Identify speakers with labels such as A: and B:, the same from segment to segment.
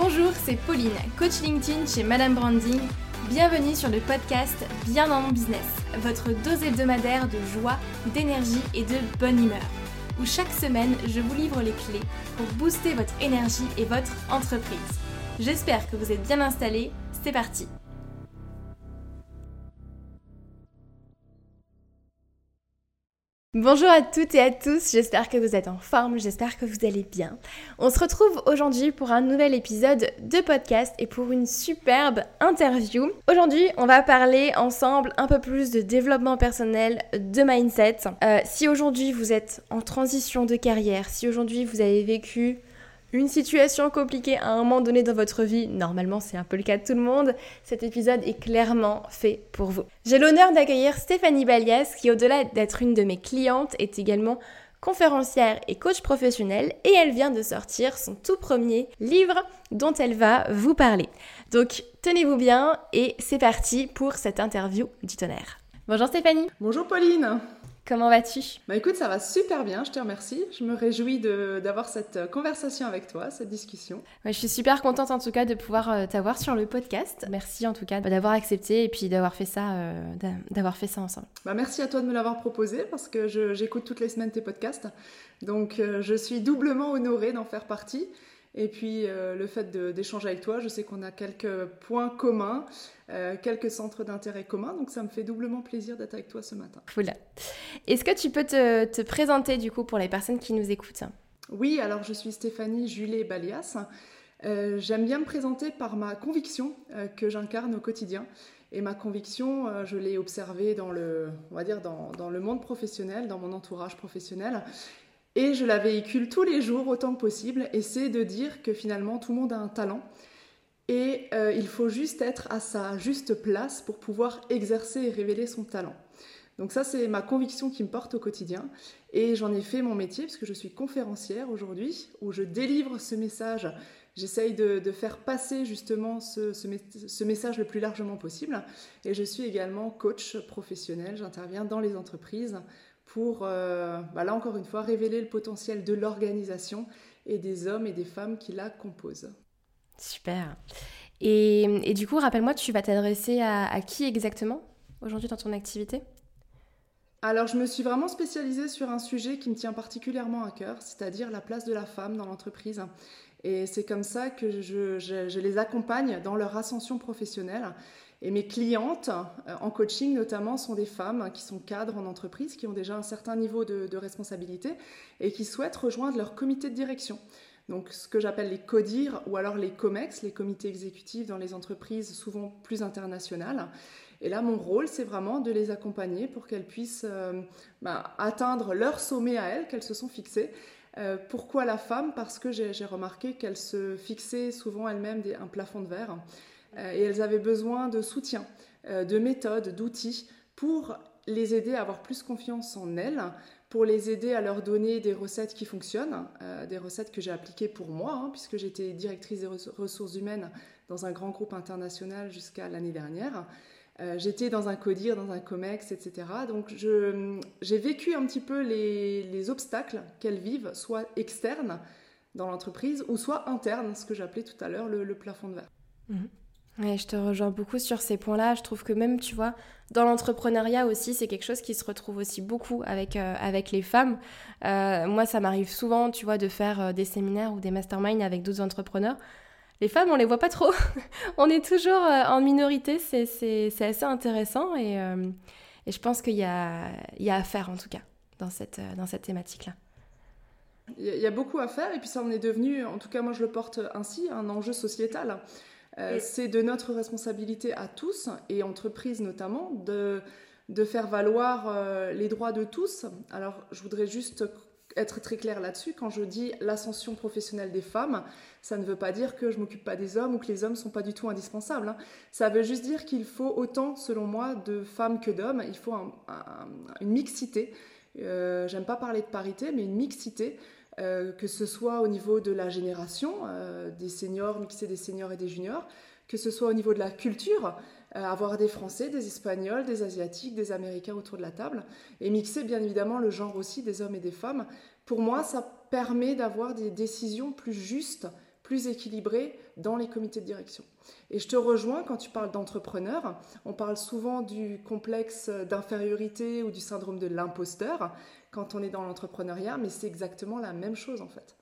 A: Bonjour, c'est Pauline, coach LinkedIn chez Madame Branding. Bienvenue sur le podcast Bien dans mon business, votre dose hebdomadaire de joie, d'énergie et de bonne humeur, où chaque semaine, je vous livre les clés pour booster votre énergie et votre entreprise. J'espère que vous êtes bien installés, c'est parti! Bonjour à toutes et à tous, j'espère que vous êtes en forme, j'espère que vous allez bien. On se retrouve aujourd'hui pour un nouvel épisode de podcast et pour une superbe interview. Aujourd'hui, on va parler ensemble un peu plus de développement personnel, de mindset. Si aujourd'hui vous êtes en transition de carrière, si aujourd'hui vous avez vécu une situation compliquée à un moment donné dans votre vie, normalement c'est un peu le cas de tout le monde, cet épisode est clairement fait pour vous. J'ai l'honneur d'accueillir Stéphanie Balias qui, au-delà d'être une de mes clientes, est également conférencière et coach professionnel et elle vient de sortir son tout premier livre dont elle va vous parler. Donc tenez-vous bien et c'est parti pour cette interview du tonnerre. Bonjour Stéphanie.
B: Bonjour Pauline.
A: Comment vas-tu ?
B: Écoute, ça va super bien, je te remercie. Je me réjouis d'avoir cette conversation avec toi, cette discussion.
A: Ouais, je suis super contente en tout cas de pouvoir t'avoir sur le podcast. Merci en tout cas d'avoir accepté et puis d'avoir fait ça ensemble.
B: Merci à toi de me l'avoir proposé parce que j'écoute toutes les semaines tes podcasts. Donc je suis doublement honorée d'en faire partie. Et puis le fait d'échanger avec toi, je sais qu'on a quelques points communs, quelques centres d'intérêt communs, donc ça me fait doublement plaisir d'être avec toi ce matin.
A: Cool. Est-ce que tu peux te présenter du coup pour les personnes qui nous écoutent ?
B: Oui, alors je suis Stéphanie Julet Balias. J'aime bien me présenter par ma conviction que j'incarne au quotidien. Et ma conviction, je l'ai observée dans le monde professionnel, dans mon entourage professionnel. Et je la véhicule tous les jours autant que possible, et c'est de dire que finalement tout le monde a un talent et il faut juste être à sa juste place pour pouvoir exercer et révéler son talent. Donc ça c'est ma conviction qui me porte au quotidien et j'en ai fait mon métier parce que je suis conférencière aujourd'hui où je délivre ce message. J'essaye de faire passer justement ce message le plus largement possible et je suis également coach professionnel, j'interviens dans les entreprises pour, là encore une fois, révéler le potentiel de l'organisation et des hommes et des femmes qui la composent.
A: Super. Et du coup, rappelle-moi, tu vas t'adresser à qui exactement aujourd'hui dans ton activité ?
B: Alors, je me suis vraiment spécialisée sur un sujet qui me tient particulièrement à cœur, c'est-à-dire la place de la femme dans l'entreprise. Et c'est comme ça que je les accompagne dans leur ascension professionnelle. Et mes clientes, en coaching notamment, sont des femmes qui sont cadres en entreprise, qui ont déjà un certain niveau de responsabilité et qui souhaitent rejoindre leur comité de direction. Donc ce que j'appelle les CODIR ou alors les COMEX, les comités exécutifs dans les entreprises souvent plus internationales. Et là, mon rôle, c'est vraiment de les accompagner pour qu'elles puissent atteindre leur sommet à elles, qu'elles se sont fixées. Pourquoi la femme ? Parce que j'ai remarqué qu'elles se fixaient souvent elles-mêmes un plafond de verre. Et elles avaient besoin de soutien, de méthodes, d'outils pour les aider à avoir plus confiance en elles, pour les aider à leur donner des recettes qui fonctionnent, des recettes que j'ai appliquées pour moi, puisque j'étais directrice des ressources humaines dans un grand groupe international jusqu'à l'année dernière. J'étais dans un CODIR, dans un COMEX, etc. Donc j'ai vécu un petit peu les obstacles qu'elles vivent, soit externes dans l'entreprise, ou soit internes, ce que j'appelais tout à l'heure le plafond de verre.
A: Mmh. Ouais, je te rejoins beaucoup sur ces points-là. Je trouve que même, tu vois, dans l'entrepreneuriat aussi, c'est quelque chose qui se retrouve aussi beaucoup avec les femmes. Moi, ça m'arrive souvent, tu vois, de faire des séminaires ou des masterminds avec d'autres entrepreneurs. Les femmes, on les voit pas trop. On est toujours en minorité. C'est assez intéressant et je pense qu'il y a à faire, en tout cas, dans cette thématique-là.
B: Il y a beaucoup à faire et puis ça en est devenu, en tout cas moi je le porte ainsi, un enjeu sociétal. C'est de notre responsabilité à tous, et entreprises notamment, de faire valoir les droits de tous. Alors, je voudrais juste être très claire là-dessus. Quand je dis l'ascension professionnelle des femmes, ça ne veut pas dire que je ne m'occupe pas des hommes ou que les hommes ne sont pas du tout indispensables. Ça veut juste dire qu'il faut autant, selon moi, de femmes que d'hommes. Il faut une mixité. J'aime pas parler de parité, mais une mixité. Que ce soit au niveau de la génération, des seniors, mixer des seniors et des juniors, que ce soit au niveau de la culture, avoir des Français, des Espagnols, des Asiatiques, des Américains autour de la table, et mixer bien évidemment le genre aussi des hommes et des femmes. Pour moi, ça permet d'avoir des décisions plus justes, plus équilibrée dans les comités de direction. Et je te rejoins quand tu parles d'entrepreneur. On parle souvent du complexe d'infériorité ou du syndrome de l'imposteur quand on est dans l'entrepreneuriat, mais c'est exactement la même chose en fait.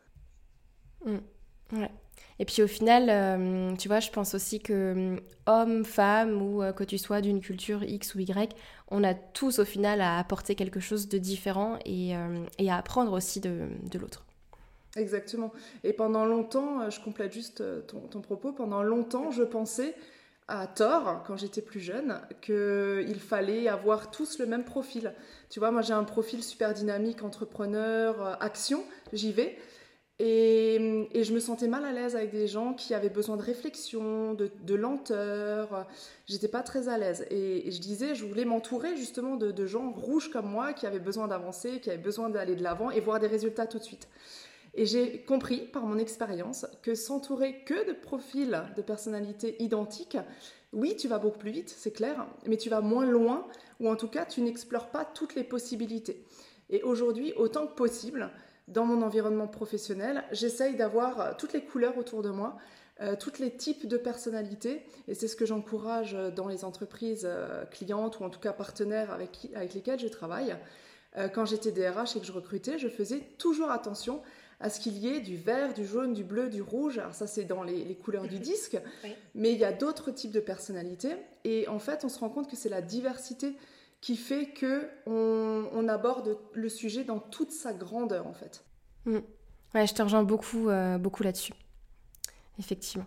A: Ouais. Et puis au final, tu vois, je pense aussi que homme, femme ou que tu sois d'une culture X ou Y, on a tous au final à apporter quelque chose de différent et à apprendre aussi de l'autre.
B: Exactement. Et pendant longtemps, je complète juste ton propos, pendant longtemps, je pensais à tort, quand j'étais plus jeune, qu'il fallait avoir tous le même profil. Tu vois, moi j'ai un profil super dynamique, entrepreneur, action, j'y vais. Et je me sentais mal à l'aise avec des gens qui avaient besoin de réflexion, de lenteur. J'étais pas très à l'aise. Et je disais, je voulais m'entourer justement de gens rouges comme moi, qui avaient besoin d'avancer, qui avaient besoin d'aller de l'avant et voir des résultats tout de suite. Et j'ai compris par mon expérience que s'entourer que de profils de personnalités identiques, oui, tu vas beaucoup plus vite, c'est clair, mais tu vas moins loin, ou en tout cas, tu n'explores pas toutes les possibilités. Et aujourd'hui, autant que possible, dans mon environnement professionnel, j'essaye d'avoir toutes les couleurs autour de moi, tous les types de personnalités, et c'est ce que j'encourage dans les entreprises clientes, ou en tout cas partenaires avec lesquels je travaille. Quand j'étais DRH et que je recrutais, je faisais toujours attention à ce qu'il y ait du vert, du jaune, du bleu, du rouge. Alors ça, c'est dans les couleurs du disque. Oui. Mais il y a d'autres types de personnalités. Et en fait, on se rend compte que c'est la diversité qui fait qu'on aborde le sujet dans toute sa grandeur, en fait.
A: Ouais, je te rejoins beaucoup là-dessus. Effectivement.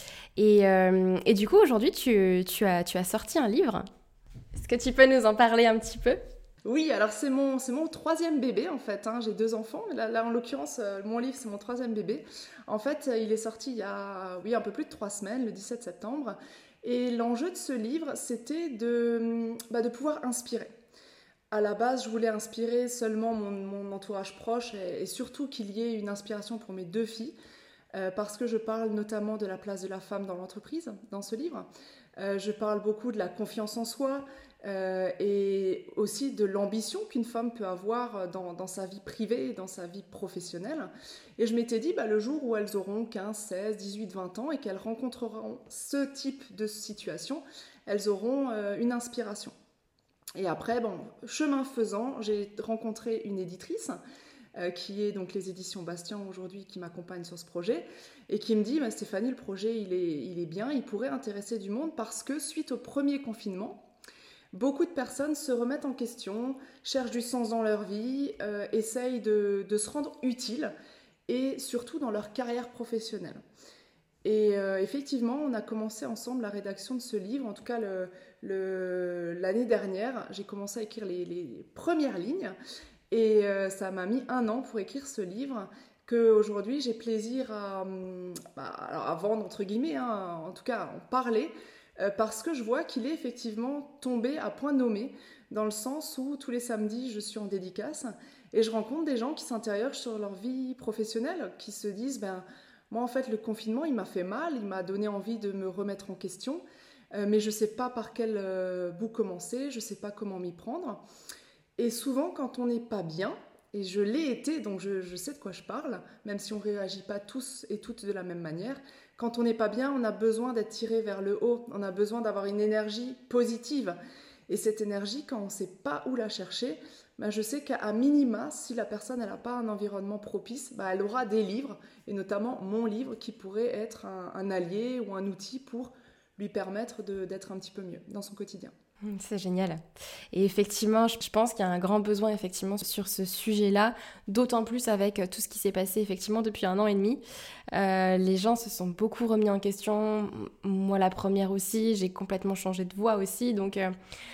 A: Et du coup, aujourd'hui, tu as sorti un livre. Est-ce que tu peux nous en parler un petit peu ?
B: Oui, alors c'est mon troisième bébé en fait, hein. J'ai 2 enfants, mais là en l'occurrence, mon livre c'est mon troisième bébé. En fait, il est sorti il y a un peu plus de 3 semaines, le 17 septembre. Et l'enjeu de ce livre, c'était de pouvoir inspirer. À la base, je voulais inspirer seulement mon entourage proche et surtout qu'il y ait une inspiration pour mes 2 filles, parce que je parle notamment de la place de la femme dans l'entreprise, dans ce livre. Je parle beaucoup de la confiance en soi, et aussi de l'ambition qu'une femme peut avoir dans sa vie privée et dans sa vie professionnelle. Et je m'étais dit, le jour où elles auront 15, 16, 18, 20 ans et qu'elles rencontreront ce type de situation, elles auront une inspiration. Et après, chemin faisant, j'ai rencontré une éditrice qui est donc les éditions Bastien aujourd'hui, qui m'accompagne sur ce projet et qui me dit, Stéphanie, le projet il est bien, il pourrait intéresser du monde parce que suite au premier confinement, beaucoup de personnes se remettent en question, cherchent du sens dans leur vie, essayent de se rendre utiles et surtout dans leur carrière professionnelle. Et effectivement, on a commencé ensemble la rédaction de ce livre. En tout cas, l'année dernière, j'ai commencé à écrire les premières lignes et ça m'a mis 1 an pour écrire ce livre qu'aujourd'hui j'ai plaisir à vendre entre guillemets, hein, en tout cas à en parler. Parce que je vois qu'il est effectivement tombé à point nommé, dans le sens où tous les samedis, je suis en dédicace et je rencontre des gens qui s'interrogent sur leur vie professionnelle, qui se disent, moi en fait le confinement il m'a fait mal, il m'a donné envie de me remettre en question, mais je ne sais pas par quel bout commencer, je ne sais pas comment m'y prendre. Et souvent quand on n'est pas bien, et je l'ai été, donc je sais de quoi je parle, même si on ne réagit pas tous et toutes de la même manière. Quand on n'est pas bien, on a besoin d'être tiré vers le haut, on a besoin d'avoir une énergie positive. Et cette énergie, quand on ne sait pas où la chercher, je sais qu'à minima, si la personne n'a pas un environnement propice, elle aura des livres, et notamment mon livre, qui pourrait être un allié ou un outil pour lui permettre d'être un petit peu mieux dans son quotidien.
A: C'est génial. Et effectivement, je pense qu'il y a un grand besoin effectivement sur ce sujet-là, d'autant plus avec tout ce qui s'est passé effectivement depuis 1 an et demi. Les gens se sont beaucoup remis en question. Moi, la première aussi, j'ai complètement changé de voie aussi. Donc ouais,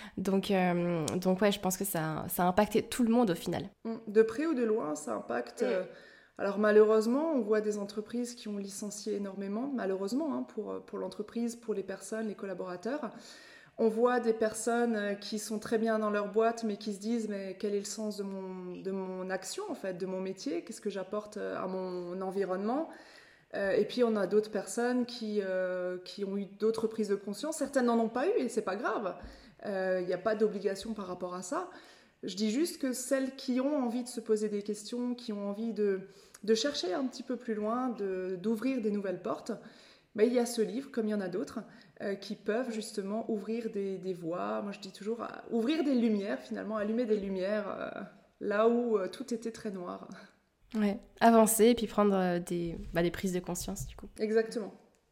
A: je pense que ça a impacté tout le monde au final.
B: De près ou de loin, ça impacte... Alors malheureusement, on voit des entreprises qui ont licencié énormément, malheureusement, pour l'entreprise, pour les personnes, les collaborateurs. On voit des personnes qui sont très bien dans leur boîte, mais qui se disent mais quel est le sens de mon action, en fait, de mon métier, qu'est-ce que j'apporte à mon environnement. Et puis on a d'autres personnes qui ont eu d'autres prises de conscience. Certaines n'en ont pas eu et c'est pas grave. Il n'y a pas d'obligation par rapport à ça. Je dis juste que celles qui ont envie de se poser des questions, qui ont envie de chercher un petit peu plus loin, d'ouvrir des nouvelles portes, il y a ce livre, comme il y en a d'autres, qui peuvent justement ouvrir des voies. Moi, je dis toujours, ouvrir des lumières, finalement, allumer des lumières là où tout était très noir.
A: Ouais, avancer et puis prendre des prises de conscience, du coup.
B: Exactement.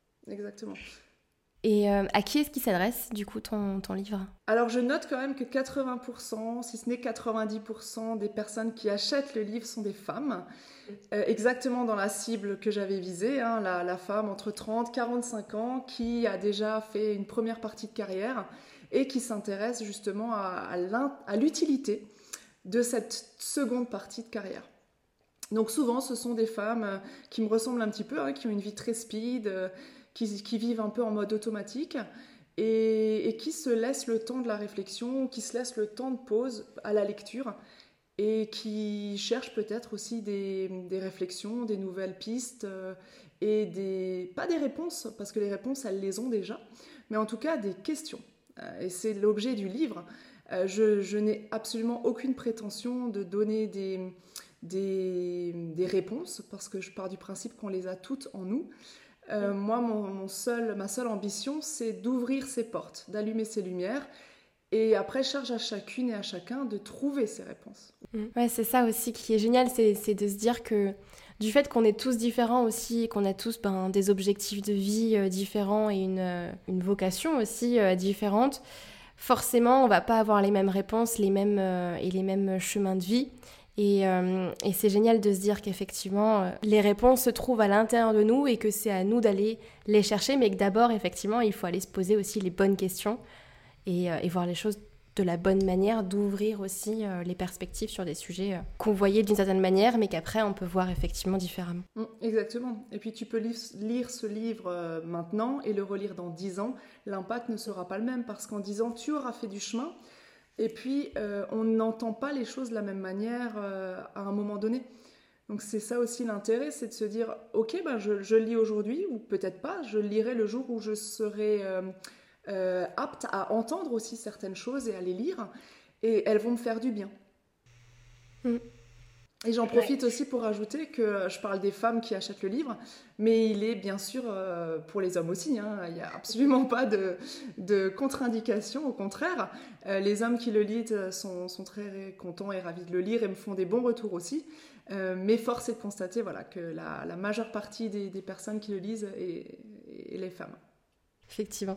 A: Et à qui est-ce qu'il s'adresse, du coup, ton livre ?
B: Alors, je note quand même que 80%, si ce n'est 90% des personnes qui achètent le livre sont des femmes, exactement dans la cible que j'avais visée, hein, la femme entre 30 et 45 ans qui a déjà fait une première partie de carrière et qui s'intéresse justement à l'utilité de cette seconde partie de carrière. Donc souvent, ce sont des femmes qui me ressemblent un petit peu, hein, qui ont une vie très speed, qui vivent un peu en mode automatique et qui se laissent le temps de la réflexion, qui se laissent le temps de pause à la lecture et qui cherchent peut-être aussi des réflexions, des nouvelles pistes et pas des réponses, parce que les réponses, elles les ont déjà, mais en tout cas des questions. Et c'est l'objet du livre. Je n'ai absolument aucune prétention de donner des réponses, parce que je pars du principe qu'on les a toutes en nous. Moi, ma seule ambition, c'est d'ouvrir ces portes, d'allumer ces lumières, et après, charge à chacune et à chacun de trouver ces réponses.
A: Ouais, c'est ça aussi qui est génial, c'est de se dire que du fait qu'on est tous différents aussi, qu'on a tous des objectifs de vie différents et une vocation aussi différente, forcément, on va pas avoir les mêmes réponses, les mêmes chemins de vie. Et c'est génial de se dire qu'effectivement, les réponses se trouvent à l'intérieur de nous et que c'est à nous d'aller les chercher, mais que d'abord, effectivement, il faut aller se poser aussi les bonnes questions et voir les choses de la bonne manière, d'ouvrir aussi les perspectives sur des sujets qu'on voyait d'une certaine manière, mais qu'après, on peut voir effectivement différemment.
B: Exactement. Et puis, tu peux lire ce livre maintenant et le relire dans 10 ans. L'impact ne sera pas le même parce qu'en 10 ans, tu auras fait du chemin. Et puis, on n'entend pas les choses de la même manière à un moment donné. Donc, c'est ça aussi l'intérêt, c'est de se dire, ok, je lis aujourd'hui, ou peut-être pas, je lirai le jour où je serai apte à entendre aussi certaines choses et à les lire, et elles vont me faire du bien. Et j'en profite aussi pour ajouter que je parle des femmes qui achètent le livre, mais il est bien sûr pour les hommes aussi, hein. Il n'y a absolument pas de contre-indication, au contraire. Les hommes qui le lisent sont très contents et ravis de le lire et me font des bons retours aussi. Mais force est de constater que la majeure partie des personnes qui le lisent est les femmes.
A: Effectivement.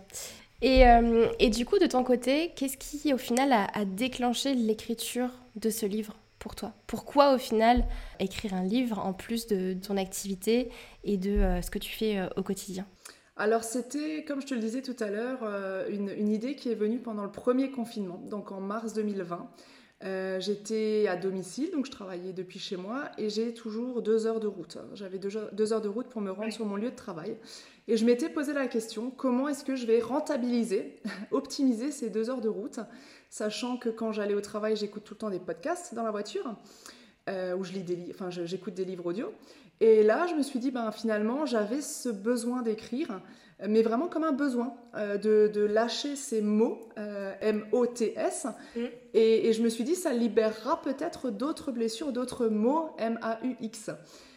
A: Et du coup, de ton côté, qu'est-ce qui, au final, a déclenché l'écriture de ce livre pour toi ? Pourquoi, au final, écrire un livre en plus de ton activité et de ce que tu fais au quotidien ?
B: Alors, c'était, comme je te le disais tout à l'heure, une idée qui est venue pendant le premier confinement, donc en mars 2020. J'étais à domicile, donc je travaillais depuis chez moi et j'ai toujours 2 heures de route. J'avais 2 heures de route pour me rendre sur mon lieu de travail. Et je m'étais posé la question, comment est-ce que je vais rentabiliser, optimiser ces 2 heures de route, sachant que quand j'allais au travail, j'écoute tout le temps des podcasts dans la voiture, où je lis j'écoute des livres audio. Et là, je me suis dit, finalement, j'avais ce besoin d'écrire, mais vraiment comme un besoin de lâcher ces mots, M-O-T-S, et je me suis dit, ça libérera peut-être d'autres blessures, d'autres mots, M-A-U-X.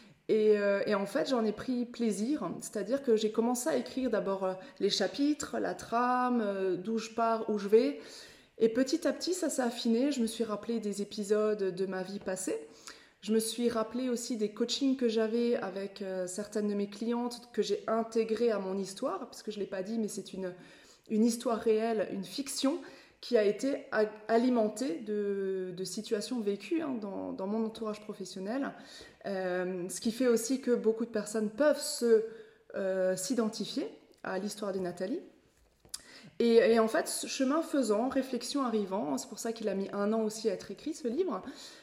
B: Et en fait, j'en ai pris plaisir, c'est-à-dire que j'ai commencé à écrire d'abord les chapitres, la trame, d'où je pars, où je vais, et petit à petit, ça s'est affiné. Je me suis rappelé des épisodes de ma vie passée. Je me suis rappelé aussi des coachings que j'avais avec certaines de mes clientes que j'ai intégrées à mon histoire, parce que je ne l'ai pas dit, mais c'est une histoire réelle, une fiction qui a été alimentée de situations vécues dans mon entourage professionnel. Ce qui fait aussi que beaucoup de personnes peuvent s'identifier à l'histoire de Nathalie. Et en fait, chemin faisant, réflexion arrivant, c'est pour ça qu'il a mis 1 an aussi à être écrit ce livre,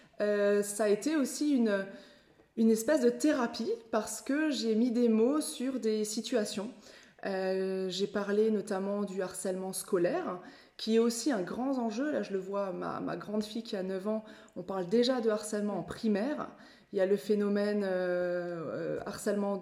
B: ça a été aussi une espèce de thérapie parce que j'ai mis des mots sur des situations. J'ai parlé notamment du harcèlement scolaire, qui est aussi un grand enjeu. Là, je le vois, ma grande fille qui a 9 ans, on parle déjà de harcèlement en primaire. Il y a le phénomène harcèlement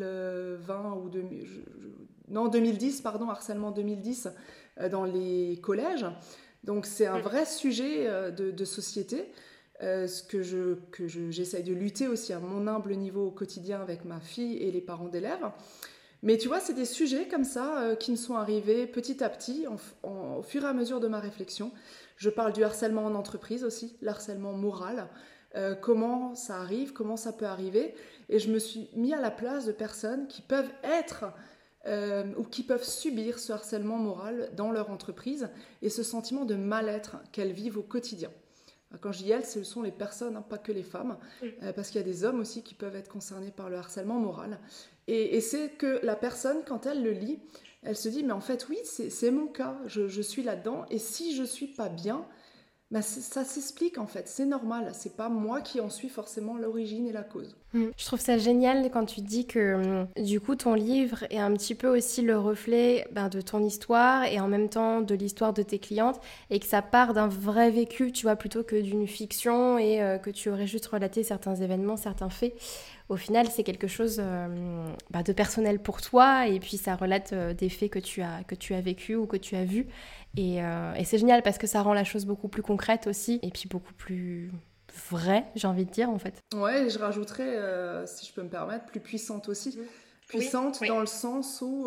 B: 2020 ou 2010, harcèlement 2010 dans les collèges. Donc c'est un vrai sujet de société, ce que j'essaye de lutter aussi à mon humble niveau au quotidien avec ma fille et les parents d'élèves. Mais tu vois, c'est des sujets comme ça qui me sont arrivés petit à petit, au fur et à mesure de ma réflexion. Je parle du harcèlement en entreprise aussi, l'harcèlement moral, comment ça arrive, comment ça peut arriver. Et je me suis mis à la place de personnes qui peuvent être ou qui peuvent subir ce harcèlement moral dans leur entreprise et ce sentiment de mal-être qu'elles vivent au quotidien. Quand je dis elles, ce sont les personnes, pas que les femmes, parce qu'il y a des hommes aussi qui peuvent être concernés par le harcèlement moral. Et c'est que la personne, quand elle le lit, elle se dit, mais en fait, oui, c'est mon cas, je suis là-dedans, et si je ne suis pas bien, ça s'explique en fait, c'est normal, c'est pas moi qui en suis forcément l'origine et la cause.
A: Je trouve ça génial quand tu dis que du coup ton livre est un petit peu aussi le reflet de ton histoire et en même temps de l'histoire de tes clientes et que ça part d'un vrai vécu, tu vois, plutôt que d'une fiction et que tu aurais juste relaté certains événements, certains faits. Au final, c'est quelque chose de personnel pour toi et puis ça relate des faits que tu as vécu ou que tu as vus. Et c'est génial parce que ça rend la chose beaucoup plus concrète aussi et puis beaucoup plus vraie, j'ai envie de dire en fait.
B: Ouais, et je rajouterais, si je peux me permettre, plus puissante aussi. Puissante dans le sens où,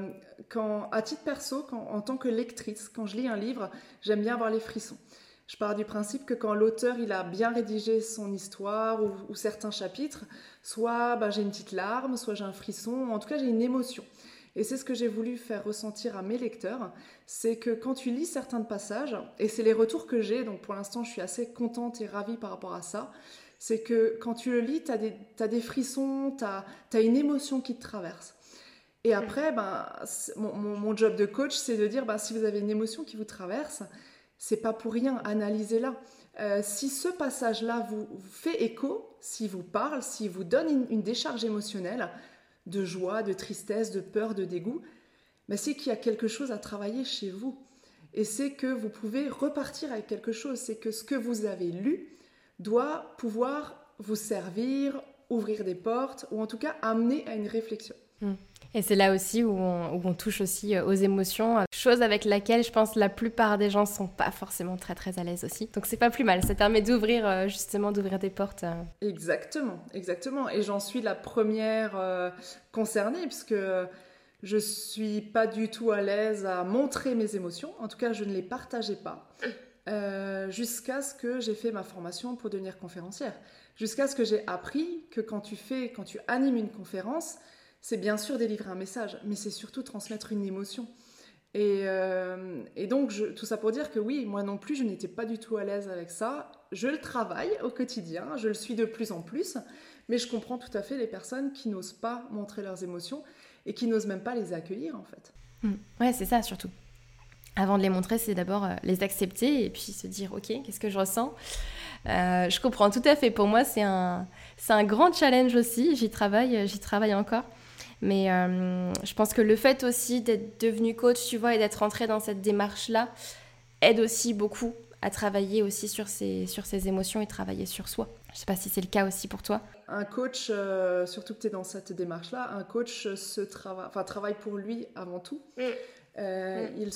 B: à titre perso, en tant que lectrice, quand je lis un livre, j'aime bien avoir les frissons. Je pars du principe que quand l'auteur il a bien rédigé son histoire ou certains chapitres, soit j'ai une petite larme, soit j'ai un frisson, en tout cas j'ai une émotion. Et c'est ce que j'ai voulu faire ressentir à mes lecteurs, c'est que quand tu lis certains passages, et c'est les retours que j'ai, donc pour l'instant je suis assez contente et ravie par rapport à ça, c'est que quand tu le lis, t'as des frissons, t'as une émotion qui te traverse. Et après, mon job de coach, c'est de dire, si vous avez une émotion qui vous traverse, c'est pas pour rien, analysez-la. Si ce passage-là vous fait écho, s'il vous parle, s'il vous donne une décharge émotionnelle, de joie, de tristesse, de peur, de dégoût, c'est qu'il y a quelque chose à travailler chez vous. Et c'est que vous pouvez repartir avec quelque chose. C'est que ce que vous avez lu doit pouvoir vous servir, ouvrir des portes, ou en tout cas amener à une réflexion.
A: Et c'est là aussi où on touche aussi aux émotions, chose avec laquelle je pense la plupart des gens ne sont pas forcément très très à l'aise aussi. Donc c'est pas plus mal, ça permet d'ouvrir des portes.
B: Exactement. Et j'en suis la première concernée puisque je suis pas du tout à l'aise à montrer mes émotions. En tout cas, je ne les partageais pas jusqu'à ce que j'ai fait ma formation pour devenir conférencière. Jusqu'à ce que j'ai appris que quand tu animes une conférence, c'est bien sûr délivrer un message, mais c'est surtout transmettre une émotion. Et donc, tout ça pour dire que oui, moi non plus, je n'étais pas du tout à l'aise avec ça. Je le travaille au quotidien, je le suis de plus en plus, mais je comprends tout à fait les personnes qui n'osent pas montrer leurs émotions et qui n'osent même pas les accueillir, en fait.
A: Ouais, c'est ça, surtout. Avant de les montrer, c'est d'abord les accepter et puis se dire, ok, qu'est-ce que je ressens ? Je comprends tout à fait. Pour moi, c'est un grand challenge aussi. J'y travaille encore. Mais je pense que le fait aussi d'être devenu coach, tu vois, et d'être rentrée dans cette démarche-là, aide aussi beaucoup à travailler aussi sur ses émotions et travailler sur soi. Je ne sais pas si c'est le cas aussi pour toi.
B: Un coach, surtout que tu es dans cette démarche-là, un coach travaille pour lui avant tout. Il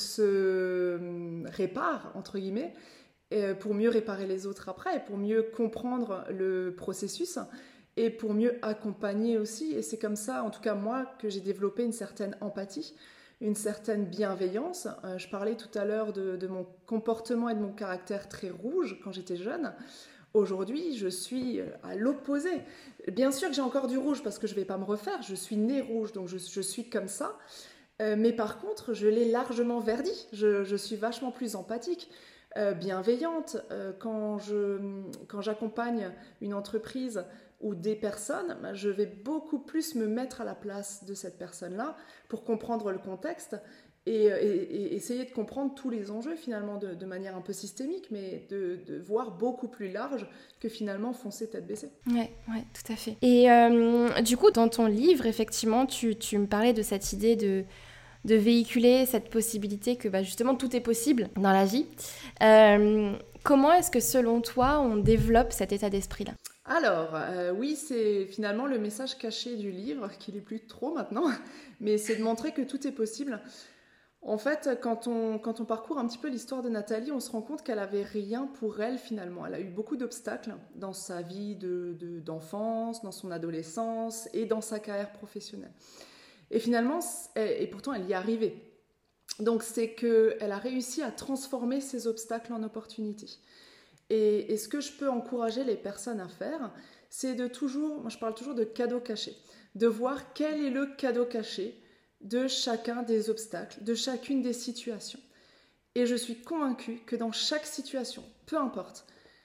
B: se répare, entre guillemets, pour mieux réparer les autres après, et pour mieux comprendre le processus et pour mieux accompagner aussi. Et c'est comme ça, en tout cas moi, que j'ai développé une certaine empathie, une certaine bienveillance. Je parlais tout à l'heure de mon comportement et de mon caractère très rouge quand j'étais jeune. Aujourd'hui, je suis à l'opposé. Bien sûr que j'ai encore du rouge parce que je ne vais pas me refaire. Je suis née rouge, donc je suis comme ça. Mais par contre, je l'ai largement verdi. Je suis vachement plus empathique, bienveillante. Quand j'accompagne une entreprise ou des personnes, je vais beaucoup plus me mettre à la place de cette personne-là pour comprendre le contexte et essayer de comprendre tous les enjeux finalement de manière un peu systémique, mais de voir beaucoup plus large que finalement foncer tête baissée.
A: Ouais, tout à fait. Et du coup, dans ton livre, effectivement, tu me parlais de cette idée de véhiculer cette possibilité que justement tout est possible dans la vie. Comment est-ce que selon toi, on développe cet état d'esprit-là ?
B: Alors, oui, c'est finalement le message caché du livre, qui n'est plus trop maintenant, mais c'est de montrer que tout est possible. En fait, quand on parcourt un petit peu l'histoire de Nathalie, on se rend compte qu'elle avait rien pour elle finalement. Elle a eu beaucoup d'obstacles dans sa vie d'enfance, dans son adolescence et dans sa carrière professionnelle. Et finalement, et pourtant elle y est arrivée. Donc c'est qu'elle a réussi à transformer ces obstacles en opportunités. Et ce que je peux encourager les personnes à faire, c'est de toujours, moi je parle toujours de cadeau caché, de voir quel est le cadeau caché de chacun des obstacles, de chacune des situations. Et je suis convaincue que dans chaque situation, peu importe,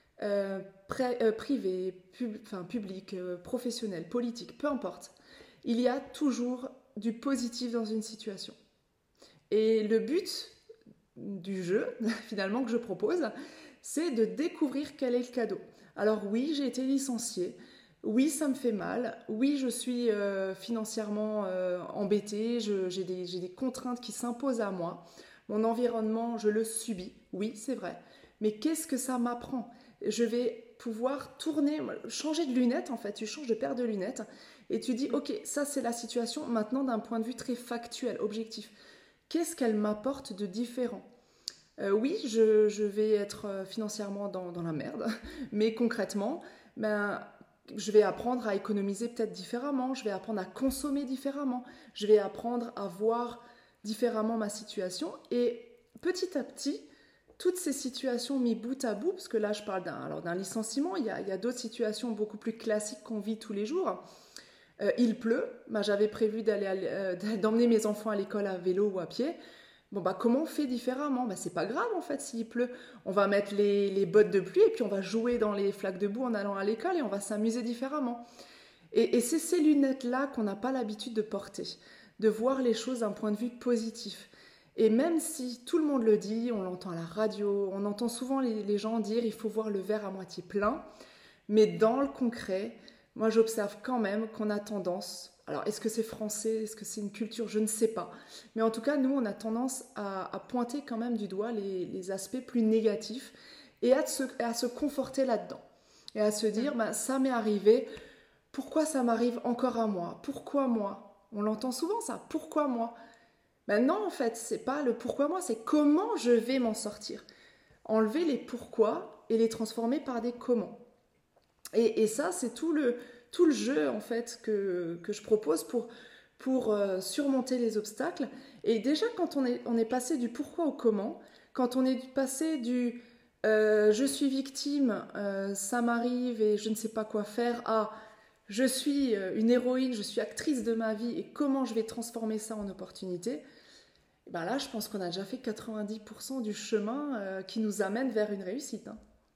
B: privé, public, professionnel, politique, peu importe, il y a toujours du positif dans une situation. Et le but du jeu, finalement, que je propose, c'est de découvrir quel est le cadeau. Alors oui, j'ai été licenciée. Oui, ça me fait mal. Oui, je suis financièrement embêtée. J'ai des contraintes qui s'imposent à moi. Mon environnement, je le subis. Oui, c'est vrai. Mais qu'est-ce que ça m'apprend? Je vais pouvoir tourner, changer de lunettes en fait. Tu changes de paire de lunettes et tu dis, ok, ça c'est la situation maintenant d'un point de vue très factuel, objectif. Qu'est-ce qu'elle m'apporte de différent? Oui, je vais être financièrement dans la merde, mais concrètement, je vais apprendre à économiser peut-être différemment, je vais apprendre à consommer différemment, je vais apprendre à voir différemment ma situation. Et petit à petit, toutes ces situations mis bout à bout, parce que là je parle d'un licenciement, il y a d'autres situations beaucoup plus classiques qu'on vit tous les jours. Il pleut, j'avais prévu d'emmener mes enfants à l'école à vélo ou à pied. Bon, comment on fait différemment? C'est pas grave en fait s'il pleut. On va mettre les bottes de pluie et puis on va jouer dans les flaques de boue en allant à l'école et on va s'amuser différemment. Et c'est ces lunettes-là qu'on n'a pas l'habitude de porter, de voir les choses d'un point de vue positif. Et même si tout le monde le dit, on l'entend à la radio, on entend souvent les gens dire il faut voir le verre à moitié plein, mais dans le concret, moi j'observe quand même qu'on a tendance... Alors, est-ce que c'est français? Est-ce que c'est une culture? Je ne sais pas. Mais en tout cas, nous, on a tendance à pointer quand même du doigt les aspects plus négatifs et à se conforter là-dedans. Et à se dire, ça m'est arrivé, pourquoi ça m'arrive encore à moi? Pourquoi moi? On l'entend souvent ça, pourquoi moi? Non, en fait, c'est pas le pourquoi moi, c'est comment je vais m'en sortir. Enlever les pourquoi et les transformer par des comment. Et ça, c'est tout le jeu en fait que je propose pour surmonter les obstacles. Et déjà quand on est passé du pourquoi au comment, quand on est passé du je suis victime, ça m'arrive et je ne sais pas quoi faire, à je suis une héroïne, je suis actrice de ma vie et comment je vais transformer ça en opportunité, là je pense qu'on a déjà fait 90% du chemin qui nous amène vers une réussite.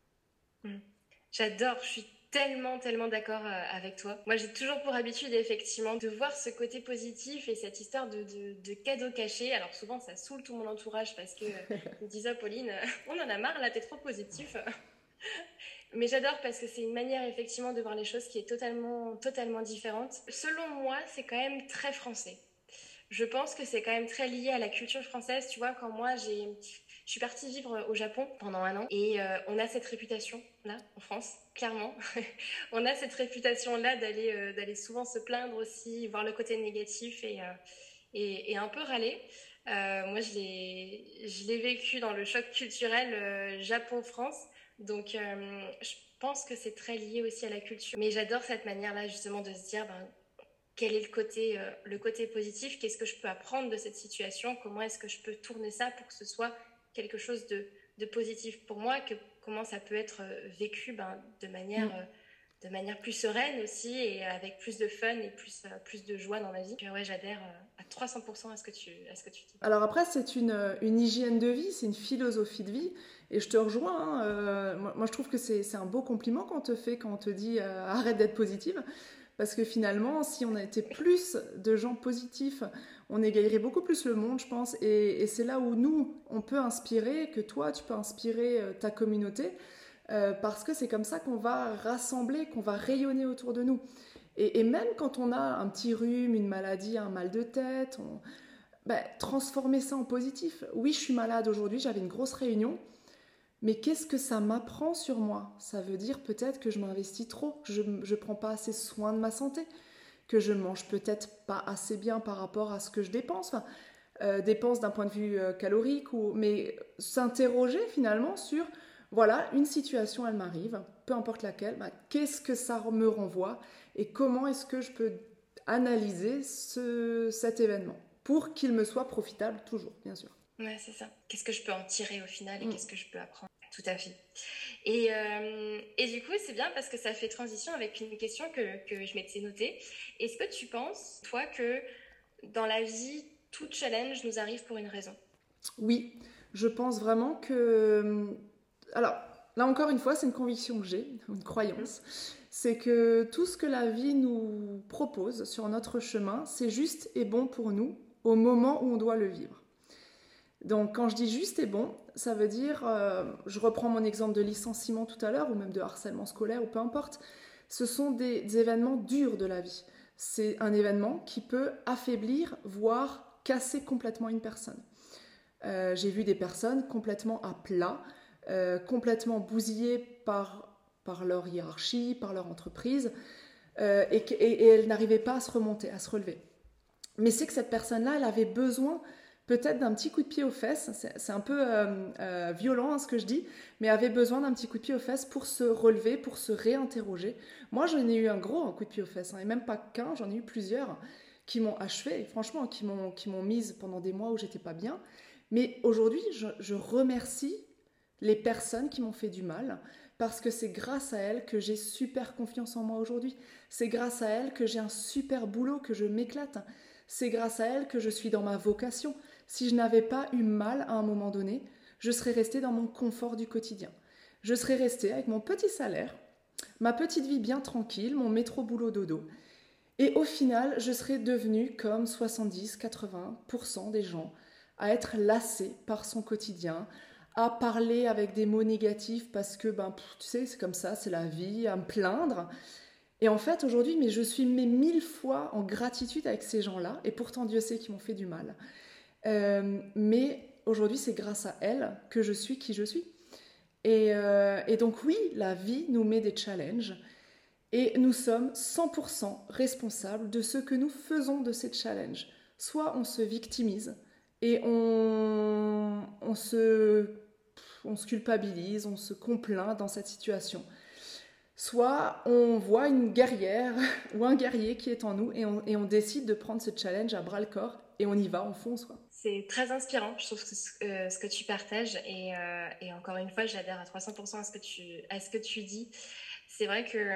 A: J'adore, je suis tellement d'accord avec toi. Moi, j'ai toujours pour habitude, effectivement, de voir ce côté positif et cette histoire de cadeau caché. Alors souvent, ça saoule tout mon entourage parce que ils me disent « Oh, Pauline, on en a marre, là, t'es trop positif. » Mais j'adore parce que c'est une manière, effectivement, de voir les choses qui est totalement différente. Selon moi, c'est quand même très français. Je pense que c'est quand même très lié à la culture française. Tu vois, quand moi, je suis partie vivre au Japon pendant 1 an et on a cette réputation-là en France, clairement. On a cette réputation-là d'aller souvent se plaindre aussi, voir le côté négatif et un peu râler. Moi, je l'ai vécu dans le choc culturel Japon-France. Donc, je pense que c'est très lié aussi à la culture. Mais j'adore cette manière-là, justement, de se dire... quel est le côté positif? Qu'est-ce que je peux apprendre de cette situation? Comment est-ce que je peux tourner ça pour que ce soit quelque chose de positif pour moi? Comment ça peut être vécu de manière plus sereine aussi et avec plus de fun et plus de joie dans ma vie. Ouais, j'adhère à 300% à ce que tu dis.
B: Alors après, c'est une hygiène de vie, c'est une philosophie de vie. Et je te rejoins. Moi, je trouve que c'est un beau compliment qu'on te fait quand on te dit arrête d'être positive. Parce que finalement, si on était plus de gens positifs, on égayerait beaucoup plus le monde, je pense. Et c'est là où nous, on peut inspirer, que toi, tu peux inspirer ta communauté. Parce que c'est comme ça qu'on va rassembler, qu'on va rayonner autour de nous. Et même quand on a un petit rhume, une maladie, un mal de tête, transformer ça en positif. Oui, je suis malade aujourd'hui, j'avais une grosse réunion. Mais qu'est-ce que ça m'apprend sur moi? Ça veut dire peut-être que je m'investis trop, je ne prends pas assez soin de ma santé, que je mange peut-être pas assez bien par rapport à ce que je dépense. dépenses d'un point de vue calorique, mais s'interroger finalement sur, voilà, une situation, elle m'arrive, peu importe laquelle, qu'est-ce que ça me renvoie et comment est-ce que je peux analyser cet événement pour qu'il me soit profitable toujours, bien sûr.
A: Ouais, c'est ça. Qu'est-ce que je peux en tirer au final et qu'est-ce que je peux apprendre? Tout à fait. Et du coup, c'est bien parce que ça fait transition avec une question que je m'étais notée. Est-ce que tu penses, toi, que dans la vie, tout challenge nous arrive pour une raison?
B: Oui, je pense vraiment que... Alors, là encore une fois, c'est une conviction que j'ai, une croyance. C'est que tout ce que la vie nous propose sur notre chemin, c'est juste et bon pour nous au moment où on doit le vivre. Donc quand je dis juste et bon, ça veut dire, je reprends mon exemple de licenciement tout à l'heure, ou même de harcèlement scolaire, ou peu importe, ce sont des événements durs de la vie. C'est un événement qui peut affaiblir, voire casser complètement une personne. J'ai vu des personnes complètement à plat, complètement bousillées par leur hiérarchie, par leur entreprise, et elles n'arrivaient pas à se remonter, à se relever. Mais c'est que cette personne-là, elle avait besoin peut-être d'un petit coup de pied aux fesses, c'est un peu violent hein, ce que je dis, mais avait besoin d'un petit coup de pied aux fesses pour se relever, pour se réinterroger. Moi, j'en ai eu un gros coup de pied aux fesses, hein, et même pas qu'un, j'en ai eu plusieurs qui m'ont achevé, franchement, qui m'ont mise pendant des mois où j'étais pas bien. Mais aujourd'hui, je remercie les personnes qui m'ont fait du mal, parce que c'est grâce à elles que j'ai super confiance en moi aujourd'hui. C'est grâce à elles que j'ai un super boulot, que je m'éclate. C'est grâce à elles que je suis dans ma vocation. Si je n'avais pas eu mal à un moment donné, je serais restée dans mon confort du quotidien. Je serais restée avec mon petit salaire, ma petite vie bien tranquille, mon métro boulot dodo. Et au final, je serais devenue comme 70-80% des gens à être lassée par son quotidien, à parler avec des mots négatifs parce que, tu sais, c'est comme ça, c'est la vie, à me plaindre. Et en fait, aujourd'hui, mais je suis 1000 fois en gratitude avec ces gens-là, et pourtant Dieu sait qu'ils m'ont fait du mal. Mais aujourd'hui, c'est grâce à elles que je suis qui je suis. Et donc oui, la vie nous met des challenges, et nous sommes 100% responsables de ce que nous faisons de ces challenges. Soit on se victimise, et on se culpabilise, on se complaint dans cette situation. Soit on voit une guerrière ou un guerrier qui est en nous et on décide de prendre ce challenge à bras le corps et on y va, on fonce quoi.
A: C'est très inspirant, je trouve, ce que tu partages et encore une fois, j'adhère à 300% à ce que tu dis. C'est vrai que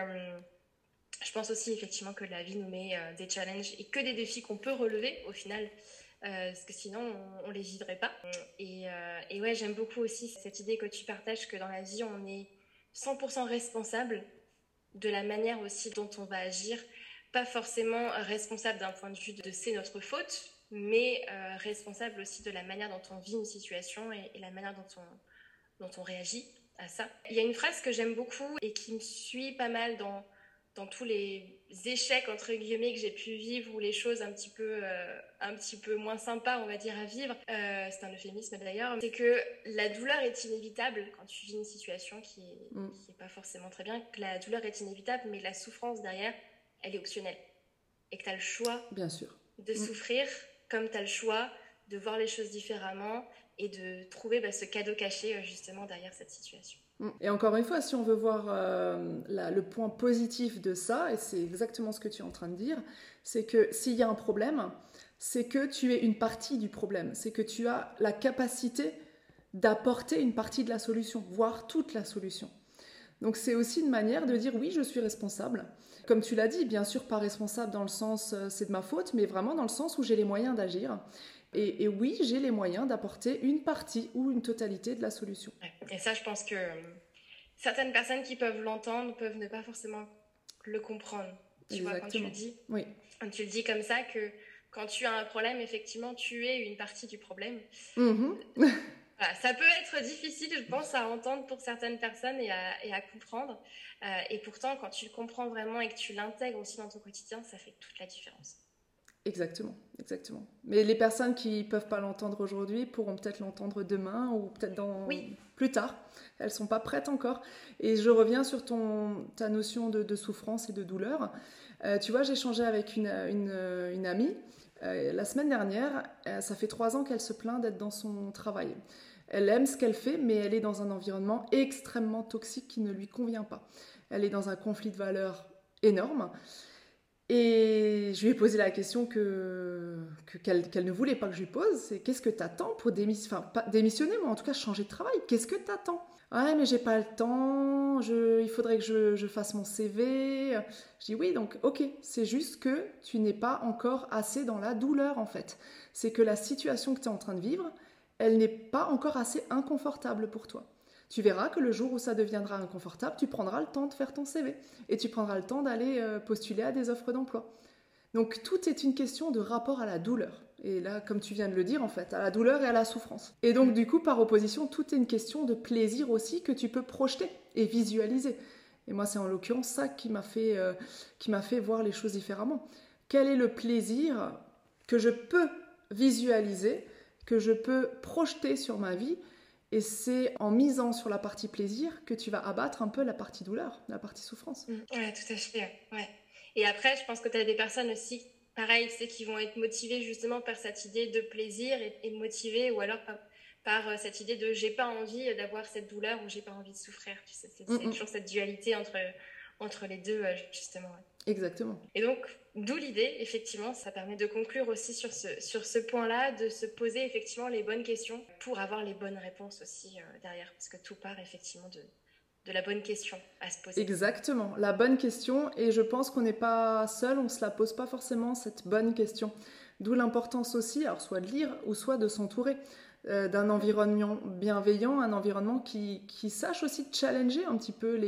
A: je pense aussi effectivement que la vie nous met des challenges et que des défis qu'on peut relever au final. Parce que sinon on les vivrait pas. Et ouais, j'aime beaucoup aussi cette idée que tu partages que dans la vie on est 100% responsable de la manière aussi dont on va agir, pas forcément responsable d'un point de vue de c'est notre faute, mais responsable aussi de la manière dont on vit une situation et la manière dont on réagit à ça. Il y a une phrase que j'aime beaucoup et qui me suit pas mal dans tous les échecs entre guillemets que j'ai pu vivre ou les choses un petit peu moins sympas on va dire à vivre, c'est un euphémisme d'ailleurs, c'est que la douleur est inévitable quand tu vis une situation qui est pas forcément très bien, que la douleur est inévitable mais la souffrance derrière elle est optionnelle et que tu as le choix
B: bien sûr
A: de souffrir comme tu as le choix de voir les choses différemment et de trouver ce cadeau caché justement derrière cette situation.
B: Et encore une fois, si on veut voir le point positif de ça, et c'est exactement ce que tu es en train de dire, c'est que s'il y a un problème, c'est que tu es une partie du problème, c'est que tu as la capacité d'apporter une partie de la solution, voire toute la solution. Donc c'est aussi une manière de dire oui, je suis responsable. Comme tu l'as dit, bien sûr pas responsable dans le sens c'est de ma faute, mais vraiment dans le sens où j'ai les moyens d'agir. Et oui, j'ai les moyens d'apporter une partie ou une totalité de la solution.
A: Et ça, je pense que certaines personnes qui peuvent l'entendre peuvent ne pas forcément le comprendre. Tu vois, quand tu le dis.
B: Oui.
A: Quand tu le dis comme ça, que quand tu as un problème, effectivement, tu es une partie du problème. Voilà, ça peut être difficile, je pense, à entendre pour certaines personnes et à comprendre. Et pourtant, quand tu le comprends vraiment et que tu l'intègres aussi dans ton quotidien, ça fait toute la différence.
B: Exactement. Mais les personnes qui ne peuvent pas l'entendre aujourd'hui pourront peut-être l'entendre demain ou peut-être plus tard. Elles ne sont pas prêtes encore. Et je reviens sur ta notion de souffrance et de douleur. Tu vois, j'ai échangé avec une amie La semaine dernière, ça fait 3 ans qu'elle se plaint d'être dans son travail. Elle aime ce qu'elle fait, mais elle est dans un environnement extrêmement toxique qui ne lui convient pas. Elle est dans un conflit de valeurs énorme. Et je lui ai posé la question qu'elle ne voulait pas que je lui pose, c'est qu'est-ce que tu attends pour pas démissionner, mais en tout cas changer de travail. Qu'est-ce que tu attends? Ouais, mais j'ai pas le temps, il faudrait que je fasse mon CV. Je dis oui, donc ok, c'est juste que tu n'es pas encore assez dans la douleur en fait. C'est que la situation que tu es en train de vivre, elle n'est pas encore assez inconfortable pour toi. Tu verras que le jour où ça deviendra inconfortable, tu prendras le temps de faire ton CV et tu prendras le temps d'aller postuler à des offres d'emploi. Donc tout est une question de rapport à la douleur. Et là, comme tu viens de le dire en fait, à la douleur et à la souffrance. Et donc du coup, par opposition, tout est une question de plaisir aussi que tu peux projeter et visualiser. Et moi, c'est en l'occurrence ça qui m'a fait voir les choses différemment. Quel est le plaisir que je peux visualiser, que je peux projeter sur ma vie? Et c'est en misant sur la partie plaisir que tu vas abattre un peu la partie douleur, la partie souffrance.
A: Ouais, tout à fait. Ouais. Et après, je pense que tu as des personnes aussi, pareil, c'est qui vont être motivées justement par cette idée de plaisir et motivées, ou alors par cette idée de j'ai pas envie d'avoir cette douleur ou j'ai pas envie de souffrir. Tu sais, c'est toujours cette dualité entre les deux, justement. Ouais.
B: Exactement.
A: Et donc, d'où l'idée, effectivement, ça permet de conclure aussi sur ce point-là, de se poser effectivement les bonnes questions pour avoir les bonnes réponses aussi derrière, parce que tout part effectivement de la bonne question à se poser.
B: Exactement, la bonne question, et je pense qu'on n'est pas seul, on ne se la pose pas forcément cette bonne question. D'où l'importance aussi, alors soit de lire ou soit de s'entourer d'un environnement bienveillant, un environnement qui sache aussi challenger un petit peu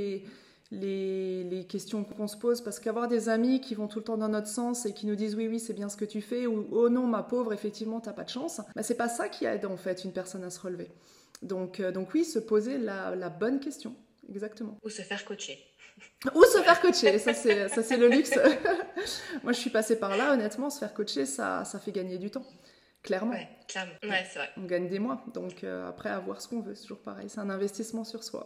B: les questions qu'on se pose, parce qu'avoir des amis qui vont tout le temps dans notre sens et qui nous disent oui c'est bien ce que tu fais, ou oh non ma pauvre effectivement t'as pas de chance, c'est pas ça qui aide en fait une personne à se relever. Donc oui, se poser la bonne question, exactement.
A: Ou se faire coacher.
B: Ou se faire coacher, ça c'est le luxe. Moi je suis passée par là, honnêtement, se faire coacher ça fait gagner du temps. Clairement.
A: Ouais, clairement. Ouais, c'est vrai.
B: On gagne des mois, donc après avoir ce qu'on veut, c'est toujours pareil, c'est un investissement sur soi.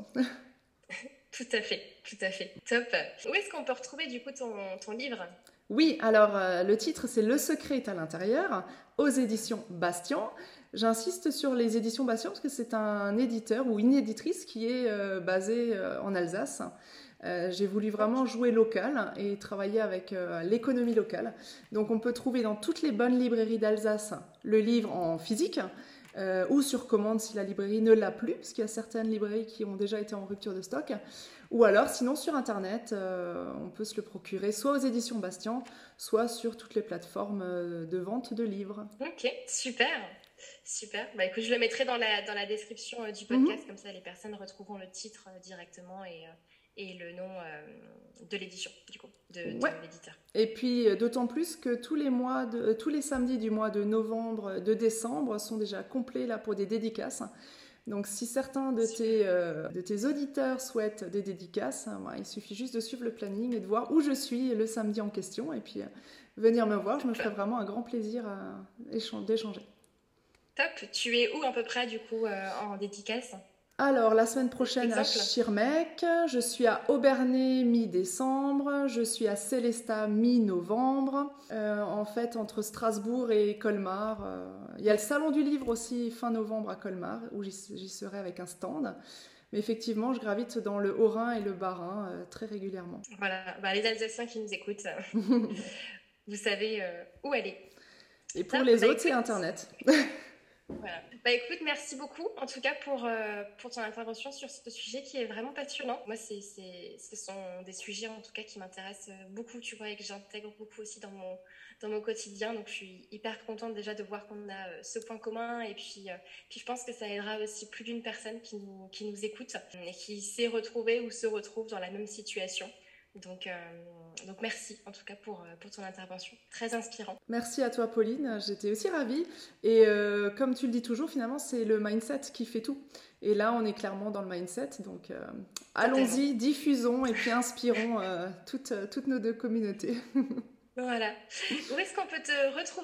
A: Tout à fait. Top. Où est-ce qu'on peut retrouver du coup ton livre ?
B: Oui, alors le titre c'est Le secret est à l'intérieur, aux éditions Bastian. J'insiste sur les éditions Bastian parce que c'est un éditeur ou une éditrice qui est basée en Alsace. J'ai voulu vraiment jouer local et travailler avec l'économie locale. Donc on peut trouver dans toutes les bonnes librairies d'Alsace le livre en physique ou sur commande si la librairie ne l'a plus, parce qu'il y a certaines librairies qui ont déjà été en rupture de stock. Ou alors sinon sur internet, on peut se le procurer soit aux éditions Bastian, soit sur toutes les plateformes de vente de livres.
A: Ok, super. Bah écoute, je le mettrai dans la description du podcast, comme ça les personnes retrouveront le titre directement et le nom de l'édition, du coup, de l'éditeur.
B: Et puis, d'autant plus que tous les samedis du mois de novembre, de décembre sont déjà complets là pour des dédicaces. Donc, si certains de tes auditeurs souhaitent des dédicaces, il suffit juste de suivre le planning et de voir où je suis le samedi en question. Et puis, venir me voir, je me ferai vraiment un grand plaisir d'échanger.
A: Top. Tu es où à peu près, du coup, en dédicace ?
B: Alors, la semaine prochaine à Schirmeck, je suis à Obernai mi-décembre, je suis à Sélestat mi-novembre. En fait, entre Strasbourg et Colmar, il y a le Salon du Livre aussi fin novembre à Colmar, où j'y serai avec un stand. Mais effectivement, je gravite dans le Haut-Rhin et le Bas-Rhin très régulièrement.
A: Voilà, les Alsaciens qui nous écoutent, vous savez où aller.
B: Et pour les autres, c'est Internet.
A: Voilà. Bah écoute, merci beaucoup en tout cas pour ton intervention sur ce sujet qui est vraiment passionnant. Moi, ce sont des sujets en tout cas qui m'intéressent beaucoup, tu vois, et que j'intègre beaucoup aussi dans mon quotidien. Donc, je suis hyper contente déjà de voir qu'on a ce point commun. Et puis je pense que ça aidera aussi plus d'une personne qui nous écoute et qui s'est retrouvée ou se retrouve dans la même situation. Donc merci en tout cas pour ton intervention, très inspirant.
B: Merci à toi Pauline, j'étais aussi ravie et comme tu le dis toujours, finalement c'est le mindset qui fait tout et là on est clairement dans le mindset, donc allons-y, diffusons et puis inspirons toutes nos deux communautés.
A: Voilà. Où est-ce qu'on peut te retrouver sinon ?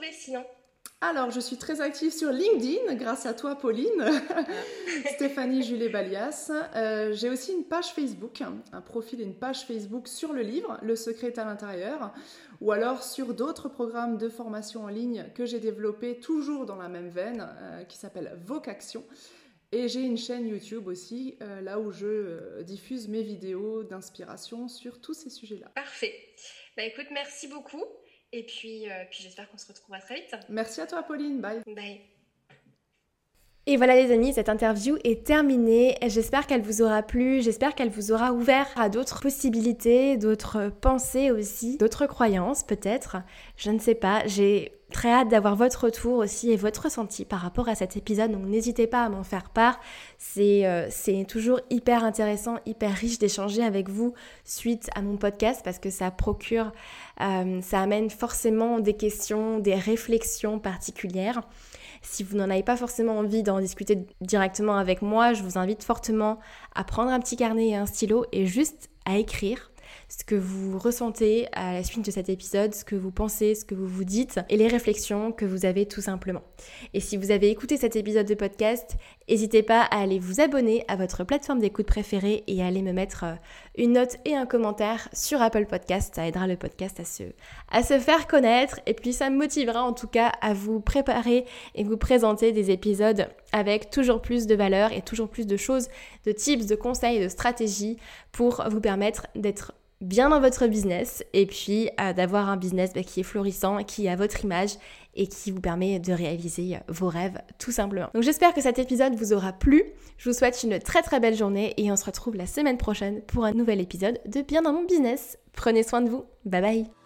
B: Alors, je suis très active sur LinkedIn, grâce à toi, Pauline, Stéphanie Julet-Balias. J'ai aussi une page Facebook, un profil et une page Facebook sur le livre, Le secret est à l'intérieur, ou alors sur d'autres programmes de formation en ligne que j'ai développés toujours dans la même veine, qui s'appelle Vocaction. Et j'ai une chaîne YouTube aussi, là où je diffuse mes vidéos d'inspiration sur tous ces sujets-là.
A: Parfait. Bah écoute, merci beaucoup. Et puis j'espère qu'on se retrouvera très vite.
B: Merci à toi, Pauline. Bye.
A: Bye. Et voilà les amis, cette interview est terminée. J'espère qu'elle vous aura plu, j'espère qu'elle vous aura ouvert à d'autres possibilités, d'autres pensées aussi, d'autres croyances peut-être. Je ne sais pas, j'ai très hâte d'avoir votre retour aussi et votre ressenti par rapport à cet épisode, donc n'hésitez pas à m'en faire part. C'est toujours hyper intéressant, hyper riche d'échanger avec vous suite à mon podcast parce que ça procure, ça amène forcément des questions, des réflexions particulières. Si vous n'en avez pas forcément envie d'en discuter directement avec moi, je vous invite fortement à prendre un petit carnet et un stylo et juste à écrire ce que vous ressentez à la suite de cet épisode, ce que vous pensez, ce que vous vous dites et les réflexions que vous avez tout simplement. Et si vous avez écouté cet épisode de podcast, n'hésitez pas à aller vous abonner à votre plateforme d'écoute préférée et à aller me mettre une note et un commentaire sur Apple Podcast. Ça aidera le podcast à se faire connaître et puis ça me motivera en tout cas à vous préparer et vous présenter des épisodes avec toujours plus de valeur et toujours plus de choses, de tips, de conseils, de stratégies pour vous permettre d'être bien dans votre business et puis d'avoir un business qui est florissant, qui est à votre image et qui vous permet de réaliser vos rêves tout simplement. Donc j'espère que cet épisode vous aura plu. Je vous souhaite une très très belle journée et on se retrouve la semaine prochaine pour un nouvel épisode de Bien dans mon business. Prenez soin de vous. Bye bye.